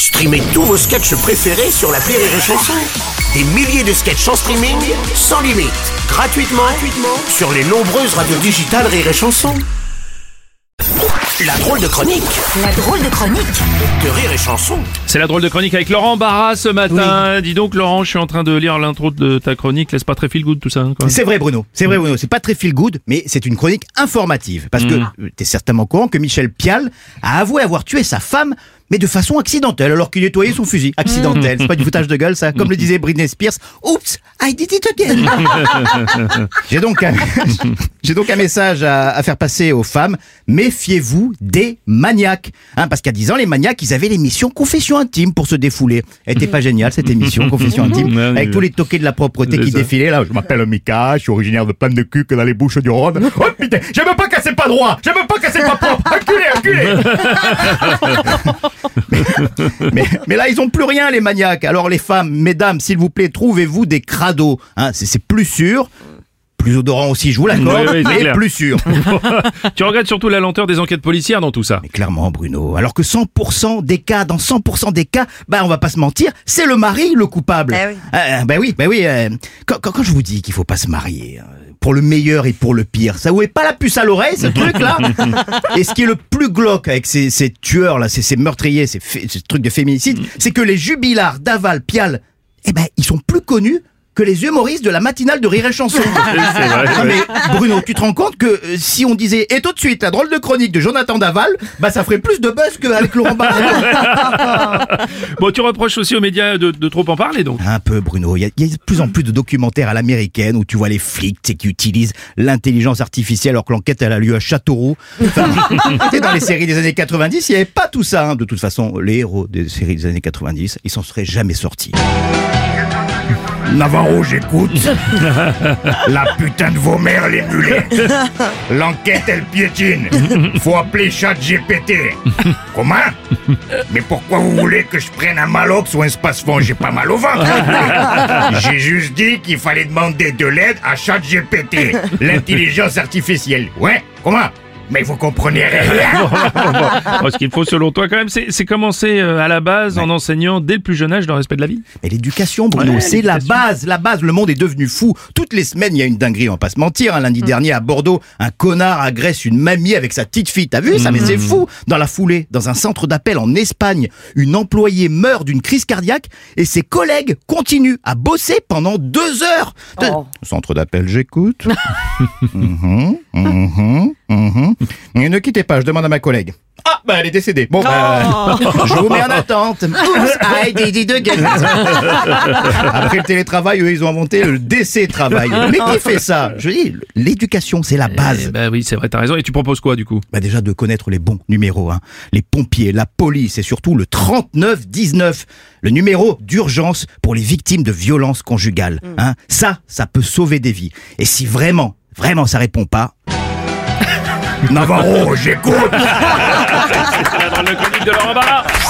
Streamez tous vos sketchs préférés sur l'appli Rire et Chanson. Des milliers de sketchs en streaming, sans limite, gratuitement sur les nombreuses radios digitales Rire et Chanson. La drôle de chronique de Rire et Chanson. C'est la drôle de chronique avec Laurent Barra ce matin. Oui. Dis donc Laurent, je suis en train de lire l'intro de ta chronique. Laisse pas très feel good tout ça. Quand même. C'est vrai Bruno, c'est pas très feel good, mais c'est une chronique informative. Parce que t'es certainement au courant que Michel Pial a avoué avoir tué sa femme, mais de façon accidentelle, alors qu'il nettoyait son fusil. Accidentel, c'est pas du foutage de gueule ça. Comme le disait Britney Spears, oups, I did it again. J'ai donc un message à faire passer aux femmes. Méfiez-vous des maniaques. Parce qu'à 10 ans, les maniaques, ils avaient l'émission Confession Intime pour se défouler. Elle était pas géniale cette émission, Confession Intime, avec tous les toqués de la propreté qui défilaient là. Je m'appelle Mika, je suis originaire de plein de cul que dans les Bouches du Rhône. Oh putain, j'aime pas casser pas droit, j'aime pas casser pas propre. Enculé. Mais là, ils ont plus rien, les maniaques. Alors les femmes, mesdames, s'il vous plaît, trouvez-vous des crados. C'est plus sûr. Plus odorant aussi, je vous l'accorde, mais plus sûr. Tu regrettes surtout la lenteur des enquêtes policières dans tout ça. Mais clairement, Bruno. Alors que 100% des cas, dans 100% des cas, on va pas se mentir, c'est le mari le coupable. Oui. Quand je vous dis qu'il faut pas se marier, pour le meilleur et pour le pire, ça vous est pas la puce à l'oreille, ce truc-là? Et ce qui est le plus glauque avec ces tueurs-là, ces meurtriers, ces trucs de féminicide, c'est que les jubilards d'Aval, Pial, ils sont plus connus que les humoristes de la matinale de Rire et Chanson. C'est vrai, mais Bruno, tu te rends compte que si on disait « Et tout de suite, la drôle de chronique de Jonathan Daval », ça ferait plus de buzz qu'avec Laurent Barra. Bon, tu reproches aussi aux médias de trop en parler, donc. Un peu, Bruno. Il y a de plus en plus de documentaires à l'américaine où tu vois les flics qui utilisent l'intelligence artificielle alors que l'enquête elle a lieu à Châteauroux. Dans les séries des années 90, il n'y avait pas tout ça. De toute façon, les héros des séries des années 90, ils s'en seraient jamais sortis. Navarro, j'écoute. La putain de vos mères, les mulets. L'enquête, elle piétine. Faut appeler ChatGPT. Comment? Mais pourquoi vous voulez que je prenne un Malox ou un Spasfon? J'ai pas mal au ventre. J'ai juste dit qu'il fallait demander de l'aide à ChatGPT, l'intelligence artificielle. Ouais, comment? Mais vous comprenez rien. Ce qu'il faut selon toi quand même, c'est commencer à la base en enseignant dès le plus jeune âge le respect de la vie. Mais l'éducation, Bruno, c'est la base. Le monde est devenu fou. Toutes les semaines, il y a une dinguerie, on va pas se mentir. Lundi dernier, à Bordeaux, un connard agresse une mamie avec sa petite fille. T'as vu ça? Mais c'est fou. Dans la foulée, dans un centre d'appel en Espagne, une employée meurt d'une crise cardiaque et ses collègues continuent à bosser pendant 2 heures. Centre d'appel, j'écoute. Ne quittez pas, je demande à ma collègue. Elle est décédée. Bon, je vous mets en attente. I did it again. Après le télétravail, eux, ils ont inventé le décès-travail. Mais qui fait ça? Je dis, l'éducation, c'est la base. Oui, c'est vrai, t'as raison. Et tu proposes quoi, du coup? Déjà de connaître les bons numéros. Les pompiers, la police et surtout le 3919. Le numéro d'urgence pour les victimes de violences conjugales. Ça peut sauver des vies. Et si vraiment ça répond pas... Navarro, j'écoute. C'est la drôle de chronique de Laurent Barra.